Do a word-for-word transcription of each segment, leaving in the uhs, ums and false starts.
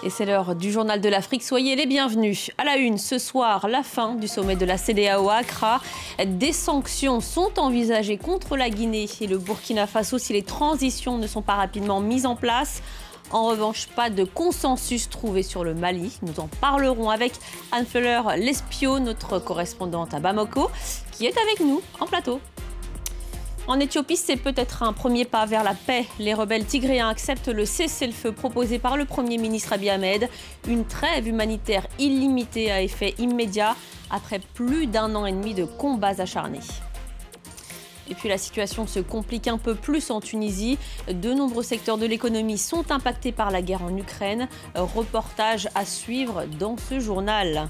Et c'est l'heure du journal de l'Afrique. Soyez les bienvenus. À la une, ce soir, la fin du sommet de la C E D E A O à Accra. Des sanctions sont envisagées contre la Guinée et le Burkina Faso si les transitions ne sont pas rapidement mises en place. En revanche, pas de consensus trouvé sur le Mali. Nous en parlerons avec Anne Fleur-Lespio, notre correspondante à Bamako, qui est avec nous en plateau. En Éthiopie, c'est peut-être un premier pas vers la paix. Les rebelles tigréens acceptent le cessez-le-feu proposé par le Premier ministre Abiy Ahmed. Une trêve humanitaire illimitée à effet immédiat après plus d'un an et demi de combats acharnés. Et puis la situation se complique un peu plus en Tunisie. De nombreux secteurs de l'économie sont impactés par la guerre en Ukraine. Reportage à suivre dans ce journal.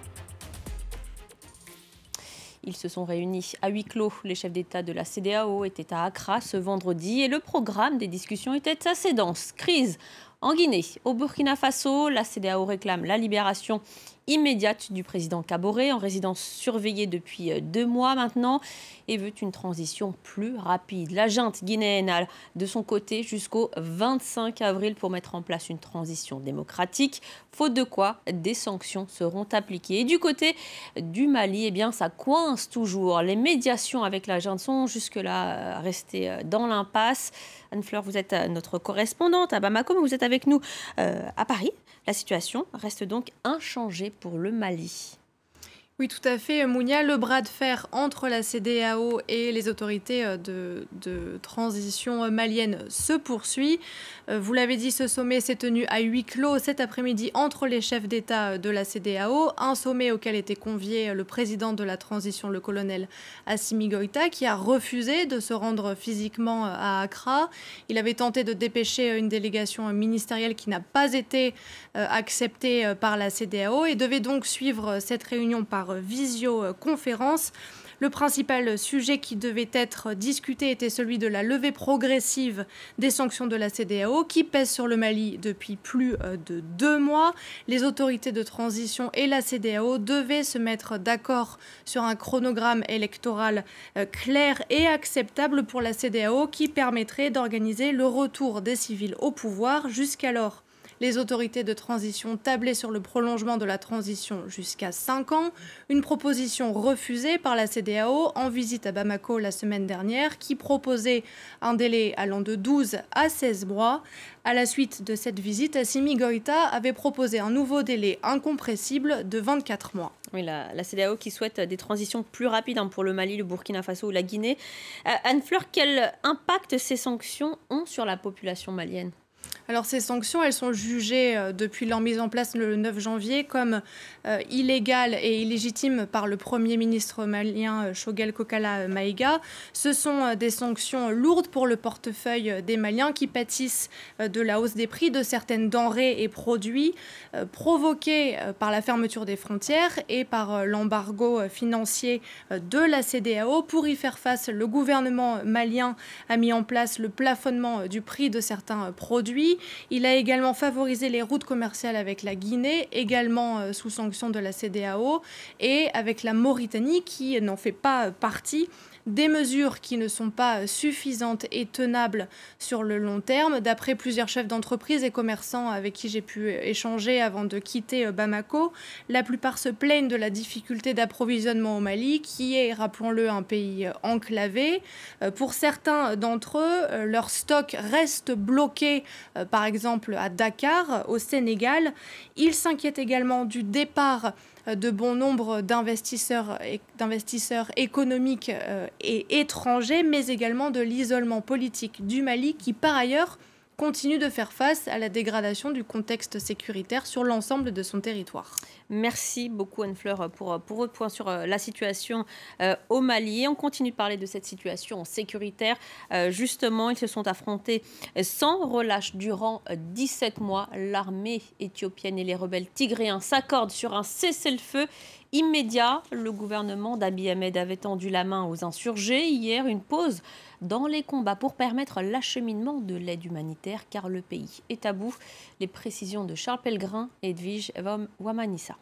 Ils se sont réunis à huis clos. Les chefs d'État de la C E D E A O étaient à Accra ce vendredi et le programme des discussions était assez dense. Crise en Guinée, au Burkina Faso, la C E D E A O réclame la libération immédiate du président Kaboré en résidence surveillée depuis deux mois maintenant et veut une transition plus rapide. La junte guinéenne a de son côté jusqu'au vingt-cinq avril pour mettre en place une transition démocratique, faute de quoi des sanctions seront appliquées. Et du côté du Mali, eh bien, ça coince toujours. Les médiations avec la junte sont jusque-là restées dans l'impasse. Anne-Fleur, vous êtes notre correspondante à Bamako, mais vous êtes avec nous euh, à Paris. La situation reste donc inchangée pour le Mali. Oui, tout à fait, Mounia. Le bras de fer entre la C E D E A O et les autorités de, de transition malienne se poursuit. Vous l'avez dit, ce sommet s'est tenu à huis clos cet après-midi entre les chefs d'État de la C E D E A O. Un sommet auquel était convié le président de la transition, le colonel Assimi Goïta, qui a refusé de se rendre physiquement à Accra. Il avait tenté de dépêcher une délégation ministérielle qui n'a pas été acceptée par la C E D E A O et devait donc suivre cette réunion par visioconférence. Le principal sujet qui devait être discuté était celui de la levée progressive des sanctions de la C E D E A O qui pèsent sur le Mali depuis plus de deux mois. Les autorités de transition et la C E D E A O devaient se mettre d'accord sur un chronogramme électoral clair et acceptable pour la C E D E A O qui permettrait d'organiser le retour des civils au pouvoir. Jusqu'alors, les autorités de transition tablaient sur le prolongement de la transition jusqu'à cinq ans, une proposition refusée par la C E D E A O en visite à Bamako la semaine dernière qui proposait un délai allant de douze à seize mois. À la suite de cette visite, Assimi Goïta avait proposé un nouveau délai incompressible de vingt-quatre mois. Oui, la, la C E D E A O qui souhaite des transitions plus rapides hein, pour le Mali, le Burkina Faso ou la Guinée. Euh, Anne-Fleur, quel impact ces sanctions ont sur la population malienne ? Alors ces sanctions, elles sont jugées euh, depuis leur mise en place le neuf janvier comme euh, illégales et illégitimes par le Premier ministre malien euh, Choguel Kokala Maïga. Ce sont euh, des sanctions lourdes pour le portefeuille des Maliens qui pâtissent euh, de la hausse des prix de certaines denrées et produits euh, provoquées euh, par la fermeture des frontières et par euh, l'embargo financier euh, de la C E D E A O. Pour y faire face, le gouvernement malien a mis en place le plafonnement du prix de certains produits. Il a également favorisé les routes commerciales avec la Guinée, également sous sanction de la C E D E A O, et avec la Mauritanie qui n'en fait pas partie. Des mesures qui ne sont pas suffisantes et tenables sur le long terme. D'après plusieurs chefs d'entreprise et commerçants avec qui j'ai pu échanger avant de quitter Bamako, la plupart se plaignent de la difficulté d'approvisionnement au Mali, qui est, rappelons-le, un pays enclavé. Pour certains d'entre eux, leur stock reste bloqué, par exemple à Dakar, au Sénégal. Ils s'inquiètent également du départ de bon nombre d'investisseurs, d'investisseurs économiques et étrangers, mais également de l'isolement politique du Mali qui, par ailleurs, continue de faire face à la dégradation du contexte sécuritaire sur l'ensemble de son territoire. Merci beaucoup Anne-Fleur pour, pour votre point sur la situation euh, au Mali. Et on continue de parler de cette situation sécuritaire. Euh, justement, ils se sont affrontés sans relâche durant dix-sept mois. L'armée éthiopienne et les rebelles tigréens s'accordent sur un cessez-le-feu immédiat. Le gouvernement d'Abiy Ahmed avait tendu la main aux insurgés. Hier, une pause dans les combats pour permettre l'acheminement de l'aide humanitaire car le pays est à bout. Les précisions de Charles Pellegrin et Edwige Wamanissa.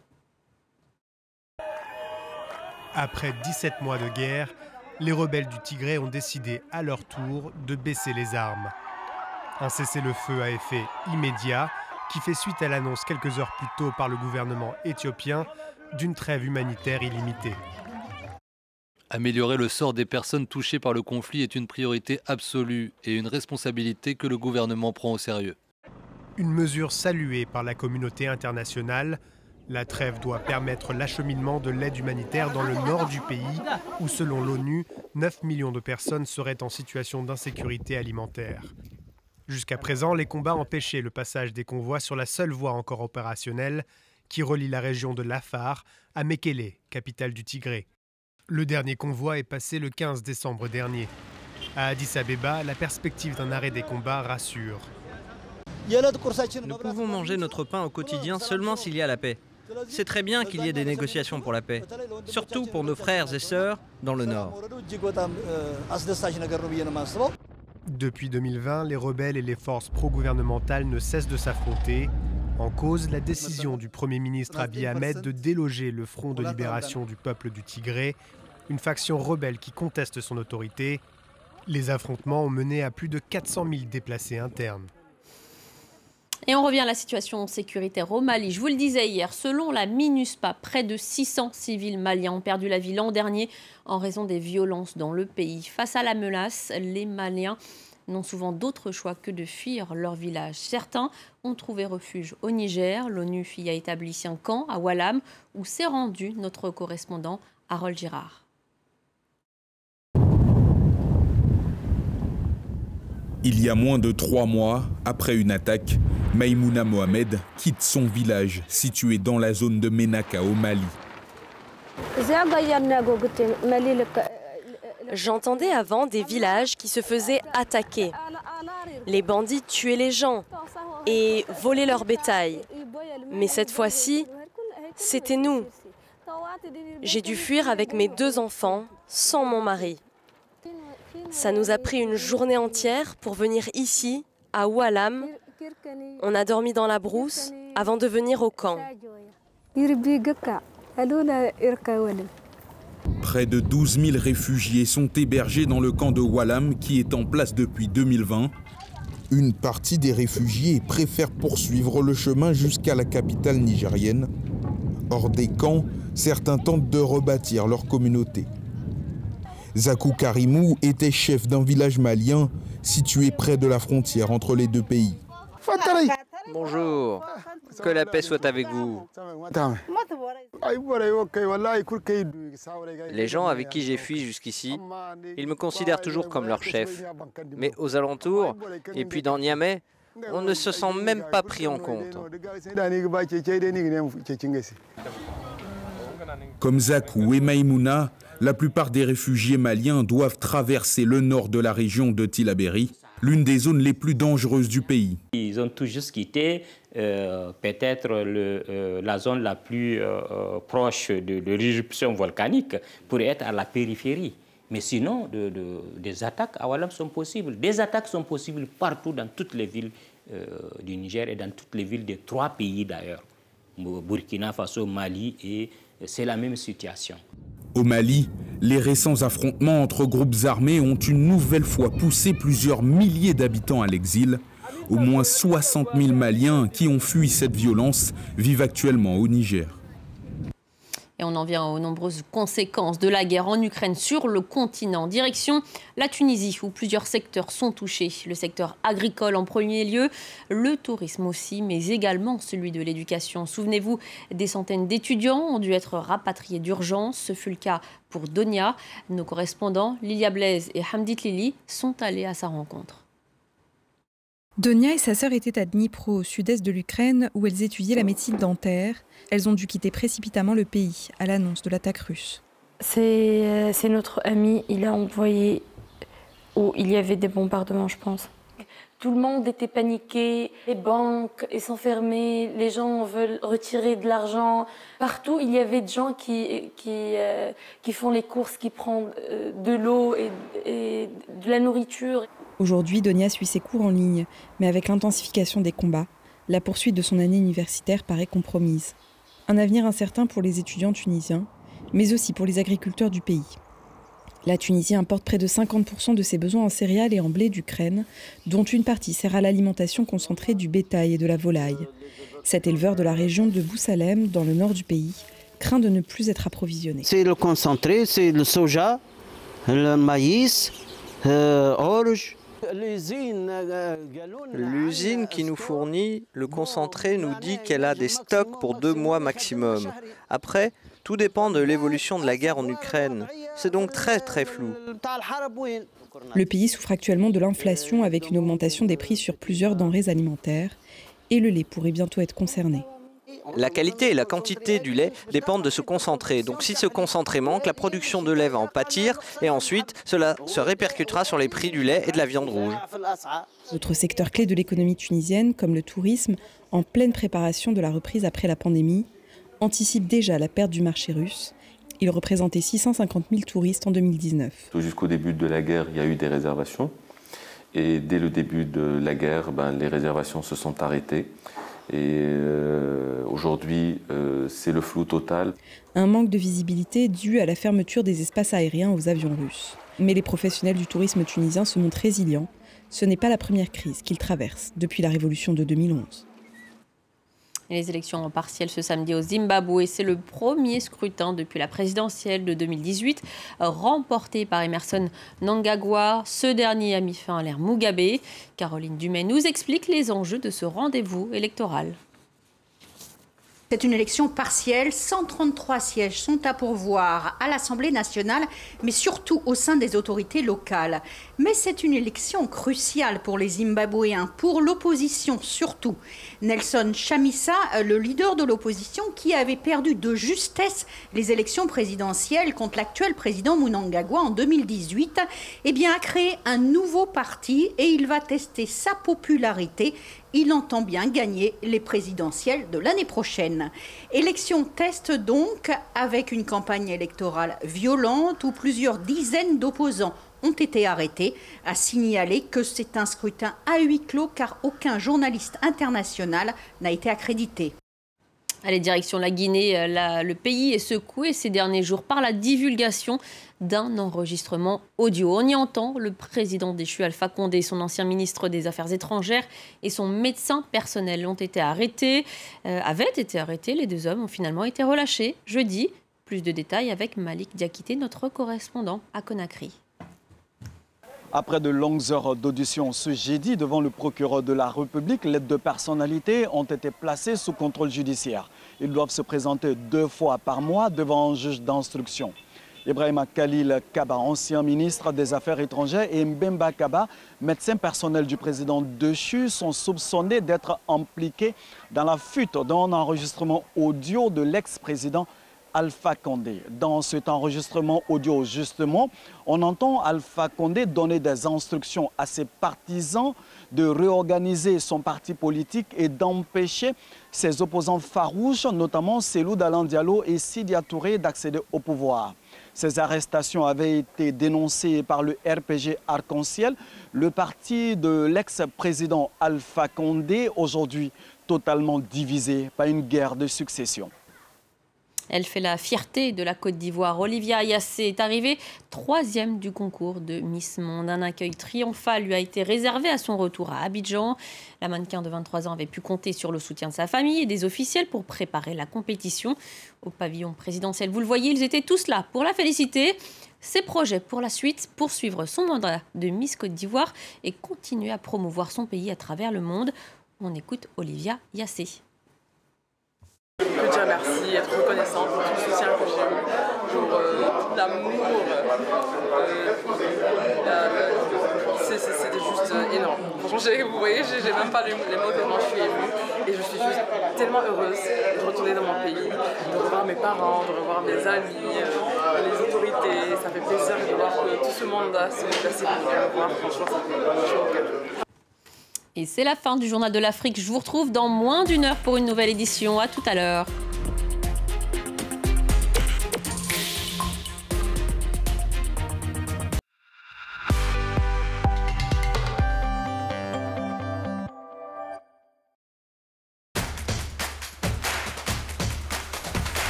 Après dix-sept mois de guerre, les rebelles du Tigré ont décidé à leur tour de baisser les armes. Un cessez-le-feu à effet immédiat qui fait suite à l'annonce quelques heures plus tôt par le gouvernement éthiopien d'une trêve humanitaire illimitée. Améliorer le sort des personnes touchées par le conflit est une priorité absolue et une responsabilité que le gouvernement prend au sérieux. Une mesure saluée par la communauté internationale. La trêve doit permettre l'acheminement de l'aide humanitaire dans le nord du pays, où selon l'ONU, neuf millions de personnes seraient en situation d'insécurité alimentaire. Jusqu'à présent, les combats empêchaient le passage des convois sur la seule voie encore opérationnelle qui relie la région de l'Afar à Mekele, capitale du Tigré. Le dernier convoi est passé le quinze décembre dernier. À Addis Abeba, la perspective d'un arrêt des combats rassure. Nous pouvons manger notre pain au quotidien seulement s'il y a la paix. C'est très bien qu'il y ait des négociations pour la paix, surtout pour nos frères et sœurs dans le Nord. Depuis deux mille vingt, les rebelles et les forces pro-gouvernementales ne cessent de s'affronter. En cause, la décision du Premier ministre Abiy Ahmed de déloger le Front de libération du peuple du Tigré, une faction rebelle qui conteste son autorité. Les affrontements ont mené à plus de quatre cent mille déplacés internes. Et on revient à la situation sécuritaire au Mali. Je vous le disais hier, selon la MINUSPA, près de six cents civils maliens ont perdu la vie l'an dernier en raison des violences dans le pays. Face à la menace, les Maliens n'ont souvent d'autre choix que de fuir leur village. Certains ont trouvé refuge au Niger. L'ONU y a établi un camp à Oualam où s'est rendu notre correspondant Harold Girard. Il y a moins de trois mois, après une attaque, Maïmouna Mohamed quitte son village situé dans la zone de Ménaka au Mali. J'entendais avant des villages qui se faisaient attaquer. Les bandits tuaient les gens et volaient leur bétail. Mais cette fois-ci, c'était nous. J'ai dû fuir avec mes deux enfants, sans mon mari. Ça nous a pris une journée entière pour venir ici, à Oualam. On a dormi dans la brousse avant de venir au camp. Près de douze mille réfugiés sont hébergés dans le camp de Oualam qui est en place depuis deux mille vingt. Une partie des réfugiés préfère poursuivre le chemin jusqu'à la capitale nigérienne. Hors des camps, certains tentent de rebâtir leur communauté. Zakou Karimou était chef d'un village malien situé près de la frontière entre les deux pays. Bonjour, que la paix soit avec vous. Les gens avec qui j'ai fui jusqu'ici, ils me considèrent toujours comme leur chef. Mais aux alentours, et puis dans Niamey, on ne se sent même pas pris en compte. Comme Zakou et Maïmouna, la plupart des réfugiés maliens doivent traverser le nord de la région de Tillabéri, l'une des zones les plus dangereuses du pays. Ils ont tout juste quitté euh, peut-être euh, la zone la plus euh, proche de, de l'éruption volcanique pour être à la périphérie. Mais sinon, de, de, des attaques à Oualam sont possibles. Des attaques sont possibles partout dans toutes les villes euh, du Niger et dans toutes les villes des trois pays d'ailleurs. Burkina Faso, Mali, et c'est la même situation. Au Mali, les récents affrontements entre groupes armés ont une nouvelle fois poussé plusieurs milliers d'habitants à l'exil. Au moins soixante mille Maliens qui ont fui cette violence vivent actuellement au Niger. Et on en vient aux nombreuses conséquences de la guerre en Ukraine sur le continent. Direction la Tunisie, où plusieurs secteurs sont touchés. Le secteur agricole en premier lieu, le tourisme aussi, mais également celui de l'éducation. Souvenez-vous, des centaines d'étudiants ont dû être rapatriés d'urgence. Ce fut le cas pour Donia. Nos correspondants, Lilia Blaise et Hamdit Lili, sont allés à sa rencontre. Donia et sa sœur étaient à Dnipro, au sud-est de l'Ukraine, où elles étudiaient la médecine dentaire. Elles ont dû quitter précipitamment le pays à l'annonce de l'attaque russe. C'est euh, notre ami, il a envoyé où il y avait des bombardements, je pense. Tout le monde était paniqué, les banques sont fermées, les gens veulent retirer de l'argent. Partout, il y avait des gens qui, qui, euh, qui font les courses, qui prennent euh, de l'eau et, et de la nourriture. Aujourd'hui, Donia suit ses cours en ligne, mais avec l'intensification des combats, la poursuite de son année universitaire paraît compromise. Un avenir incertain pour les étudiants tunisiens, mais aussi pour les agriculteurs du pays. La Tunisie importe près de cinquante pour cent de ses besoins en céréales et en blé d'Ukraine, dont une partie sert à l'alimentation concentrée du bétail et de la volaille. Cet éleveur de la région de Boussalem, dans le nord du pays, craint de ne plus être approvisionné. C'est le concentré, c'est le soja, le maïs, euh, orge. L'usine qui nous fournit le concentré nous dit qu'elle a des stocks pour deux mois maximum. Après, tout dépend de l'évolution de la guerre en Ukraine. C'est donc très très flou. Le pays souffre actuellement de l'inflation avec une augmentation des prix sur plusieurs denrées alimentaires et le lait pourrait bientôt être concerné. La qualité et la quantité du lait dépendent de ce concentré. Donc si ce concentré manque, la production de lait va en pâtir et ensuite cela se répercutera sur les prix du lait et de la viande rouge. D'autres secteurs clés de l'économie tunisienne, comme le tourisme, en pleine préparation de la reprise après la pandémie, anticipent déjà la perte du marché russe. Il représentait six cent cinquante mille touristes en deux mille dix-neuf. Jusqu'au début de la guerre, il y a eu des réservations. Et dès le début de la guerre, ben, les réservations se sont arrêtées. Et euh, aujourd'hui, euh, c'est le flou total. Un manque de visibilité dû à la fermeture des espaces aériens aux avions russes. Mais les professionnels du tourisme tunisien se montrent résilients. Ce n'est pas la première crise qu'ils traversent depuis la révolution de deux mille onze. Et les élections partielles ce samedi au Zimbabwe, c'est le premier scrutin depuis la présidentielle de deux mille dix-huit, remporté par Emmerson Mnangagwa. Ce dernier a mis fin à l'ère Mugabe. Caroline Dumais nous explique les enjeux de ce rendez-vous électoral. C'est une élection partielle, cent trente-trois sièges sont à pourvoir à l'Assemblée nationale, mais surtout au sein des autorités locales. Mais c'est une élection cruciale pour les Zimbabwéens, pour l'opposition surtout. Nelson Chamisa, le leader de l'opposition qui avait perdu de justesse les élections présidentielles contre l'actuel président Mnangagwa en deux mille dix-huit, eh bien, a créé un nouveau parti et il va tester sa popularité. Il entend bien gagner les présidentielles de l'année prochaine. Élection test donc, avec une campagne électorale violente où plusieurs dizaines d'opposants ont été arrêtés, à signaler que c'est un scrutin à huis clos car aucun journaliste international n'a été accrédité. Allez, direction la Guinée, la, le pays est secoué ces derniers jours par la divulgation d'un enregistrement audio. On y entend le président déchu Alpha Condé, son ancien ministre des Affaires étrangères et son médecin personnel ont été arrêtés, euh, avaient été arrêtés. Les deux hommes ont finalement été relâchés jeudi. Plus de détails avec Malik Diakité, notre correspondant à Conakry. Après de longues heures d'audition ce jeudi devant le procureur de la République, les deux personnalités ont été placées sous contrôle judiciaire. Ils doivent se présenter deux fois par mois devant un juge d'instruction. Ibrahima Khalil Kaba, ancien ministre des Affaires étrangères, et Mbemba Kaba, médecin personnel du président déchu, sont soupçonnés d'être impliqués dans la fuite d'un enregistrement audio de l'ex-président Alpha Condé. Dans cet enregistrement audio, justement, on entend Alpha Condé donner des instructions à ses partisans de réorganiser son parti politique et d'empêcher ses opposants farouches, notamment Cellou Dalein Diallo et Sidya Touré, d'accéder au pouvoir. Ces arrestations avaient été dénoncées par le R P G Arc-en-Ciel, le parti de l'ex-président Alpha Condé, aujourd'hui totalement divisé par une guerre de succession. Elle fait la fierté de la Côte d'Ivoire. Olivia Ayassé est arrivée troisième du concours de Miss Monde. Un accueil triomphal lui a été réservé à son retour à Abidjan. La mannequin de vingt-trois ans avait pu compter sur le soutien de sa famille et des officiels pour préparer la compétition. Au pavillon présidentiel, vous le voyez, ils étaient tous là pour la féliciter. Ses projets pour la suite, poursuivre son mandat de Miss Côte d'Ivoire et continuer à promouvoir son pays à travers le monde. On écoute Olivia Ayassé. Je peux dire merci, être reconnaissante pour tout le soutien que j'ai eu, pour euh, tout l'amour. Euh, C'était juste euh, énorme. Franchement, vous voyez, j'ai même pas les mots tellement je suis émue. Et je suis juste tellement heureuse de retourner dans mon pays, de revoir mes parents, de revoir mes amis, euh, les autorités. Ça fait plaisir de voir que tout ce monde-là s'est déplacé pour me voir. Franchement, ça fait chaud au cœur. Et c'est la fin du Journal de l'Afrique. Je vous retrouve dans moins d'une heure pour une nouvelle édition. À tout à l'heure.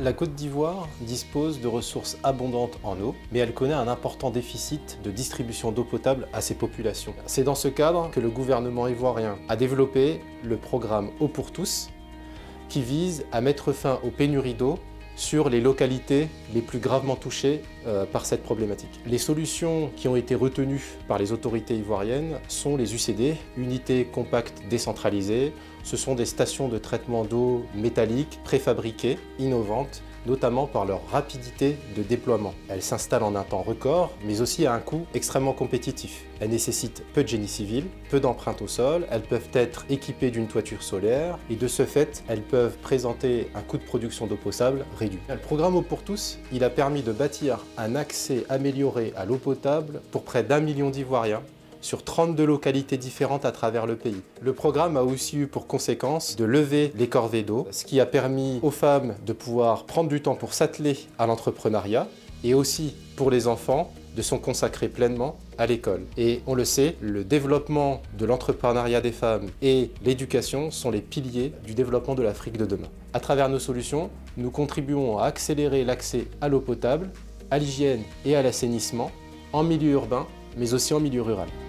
La Côte d'Ivoire dispose de ressources abondantes en eau, mais elle connaît un important déficit de distribution d'eau potable à ses populations. C'est dans ce cadre que le gouvernement ivoirien a développé le programme Eau pour tous, qui vise à mettre fin aux pénuries d'eau sur les localités les plus gravement touchées euh, par cette problématique. Les solutions qui ont été retenues par les autorités ivoiriennes sont les U C D, unités compactes décentralisées. Ce sont des stations de traitement d'eau métalliques, préfabriquées, innovantes, notamment par leur rapidité de déploiement. Elles s'installent en un temps record, mais aussi à un coût extrêmement compétitif. Elles nécessitent peu de génie civil, peu d'empreintes au sol, elles peuvent être équipées d'une toiture solaire et de ce fait, elles peuvent présenter un coût de production d'eau potable réduit. Le programme Eau pour tous, il a permis de bâtir un accès amélioré à l'eau potable pour près d'un million d'Ivoiriens, sur trente-deux localités différentes à travers le pays. Le programme a aussi eu pour conséquence de lever les corvées d'eau, ce qui a permis aux femmes de pouvoir prendre du temps pour s'atteler à l'entrepreneuriat et aussi pour les enfants de s'en consacrer pleinement à l'école. Et on le sait, le développement de l'entrepreneuriat des femmes et l'éducation sont les piliers du développement de l'Afrique de demain. À travers nos solutions, nous contribuons à accélérer l'accès à l'eau potable, à l'hygiène et à l'assainissement en milieu urbain, mais aussi en milieu rural.